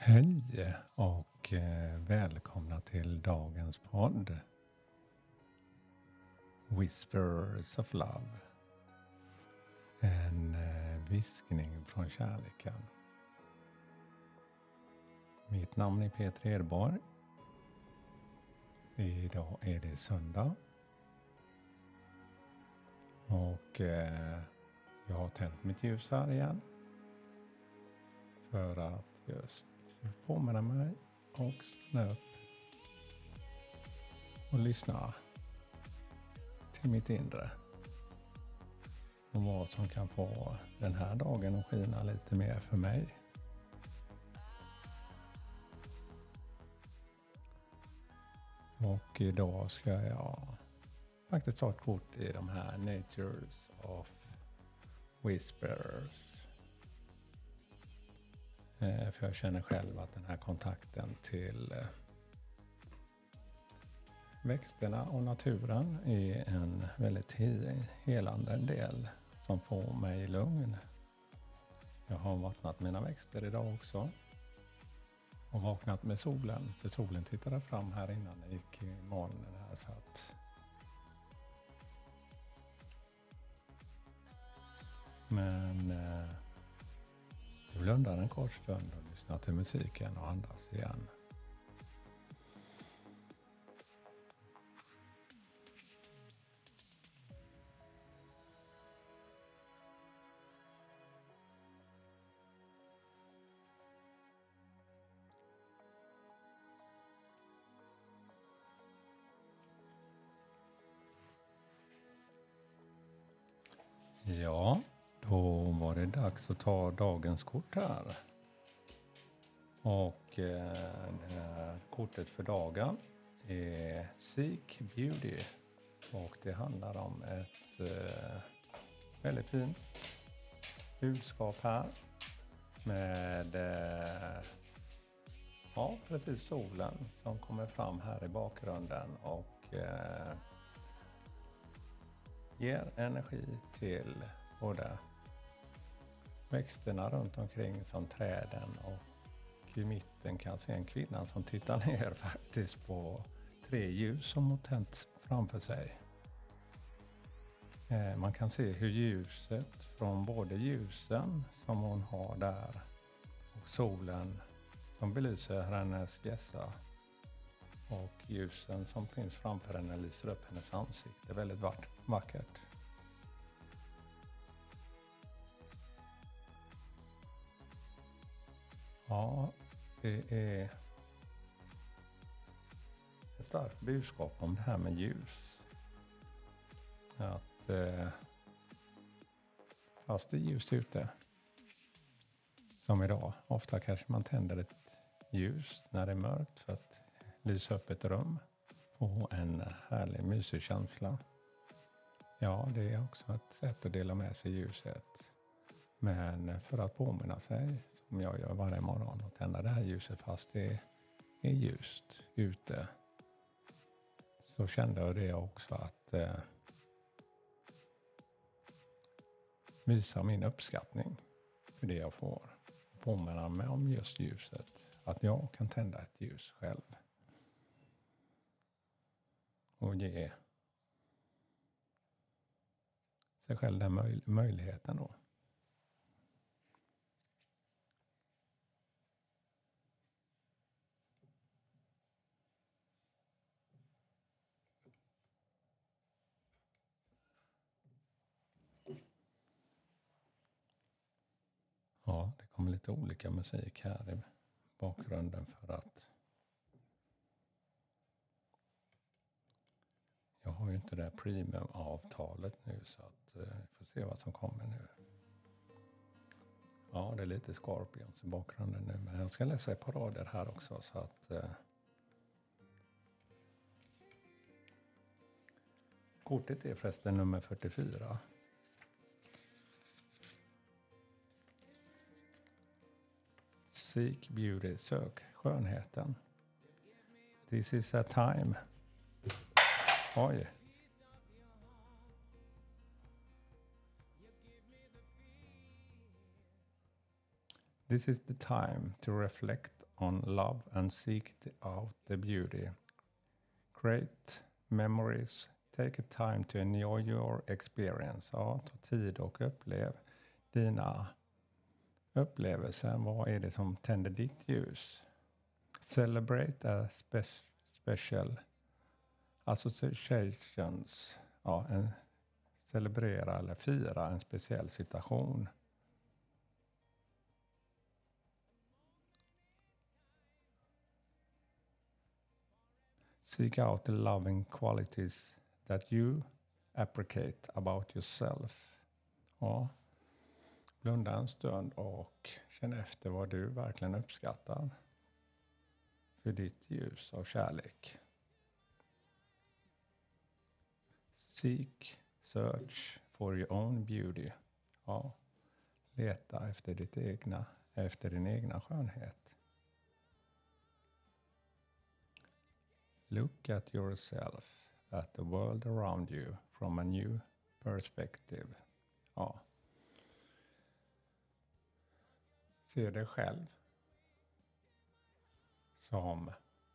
Hej och välkomna till dagens podd Whispers of Love. En viskning från kärleken. Mitt namn är Peter Edborg. Idag är det söndag. Och jag har tänt mitt ljus här igen. För att just påminna mig och stanna upp och lyssna till mitt inre. Och vad som kan få den här dagen att skina lite mer för mig. Och idag ska jag faktiskt ta ett kort i de här Natures of Whispers. För jag känner själv att den här kontakten till växterna och naturen är en väldigt helande del som får mig lugn. Jag har vattnat mina växter idag också. Och vaknat med solen. För solen tittade fram här innan jag gick i morgonen här så att... Men jag blundar en kort stund och lyssnar till musiken och andas igen. Ja, då var det dags att ta dagens kort här. Och det här kortet för dagen är Seek Beauty. Och det handlar om ett väldigt fint budskap här. Med precis solen som kommer fram här i bakgrunden. Och ger energi till både växterna runt omkring som träden, och i mitten kan se en kvinna som tittar ner faktiskt på 3 ljus som har tänts framför sig. Man kan se hur ljuset från både ljusen som hon har där och solen som belyser hennes hjässa och ljusen som finns framför henne lyser upp hennes ansikte. Väldigt vackert. Ja, det är ett starkt budskap om det här med ljus. Att fast det är ljust ute, som idag, ofta kanske man tänder ett ljus när det är mörkt för att lysa upp ett rum. Få en härlig mysig känsla. Ja, det är också ett sätt att dela med sig ljuset. Men för att påminna sig, som jag gör varje morgon, och tända det här ljuset fast det är ljust ute. Så kände jag det också att visa min uppskattning för det jag får. Påminna mig om just ljuset. Att jag kan tända ett ljus själv. Och ge sig själv den möjligheten då. Ja, det kommer lite olika musik här i bakgrunden för att jag har ju inte det premium-avtalet nu, så att vi får se vad som kommer nu. Ja, det är lite Scorpions i bakgrunden nu, men jag ska läsa ett par rader här också så att kortet är förresten nummer 44. Seek beauty, sök skönheten. This is a time. Oj. This is the time to reflect on love and seek out the beauty. Create memories. Take a time to enjoy your experience. Ja, ta tid och upplev dina upplevelser. Vad är det som tänder ditt ljus? Celebrate a special associations. Ja, celebrera eller fira en speciell situation. Seek out the loving qualities that you appreciate about yourself. Ja. Blunda en stund och känn efter vad du verkligen uppskattar för ditt ljus av kärlek. Search for your own beauty. Ja. Leta efter din egna skönhet. Look at yourself, at the world around you from a new perspective. Ja. Se dig själv som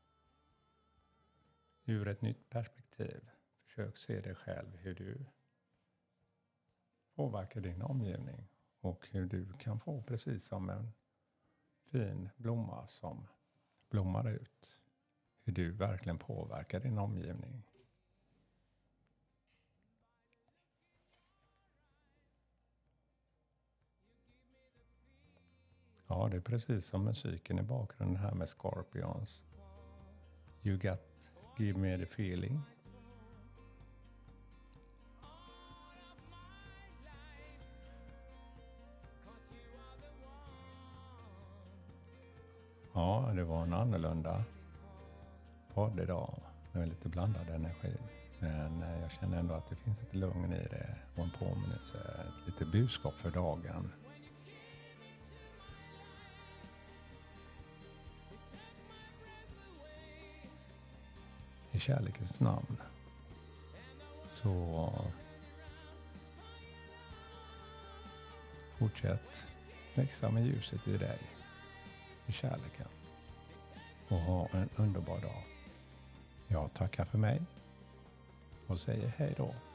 ur ett nytt perspektiv. Försök se dig själv hur du påverkar din omgivning och hur du kan få precis som en fin blomma som blommar ut. Hur du verkligen påverkar din omgivning. Ja, det är precis som musiken i bakgrunden här med Scorpions. Give me the feeling. Ja, det var en annorlunda podd idag med lite blandad energi. Men jag känner ändå att det finns ett lugn i det och en påminnelse, ett lite budskap för dagen. I kärlekens namn så fortsätt växa med ljuset i dig, i kärleken, och ha en underbar dag. Jag tackar för mig och säger hej då.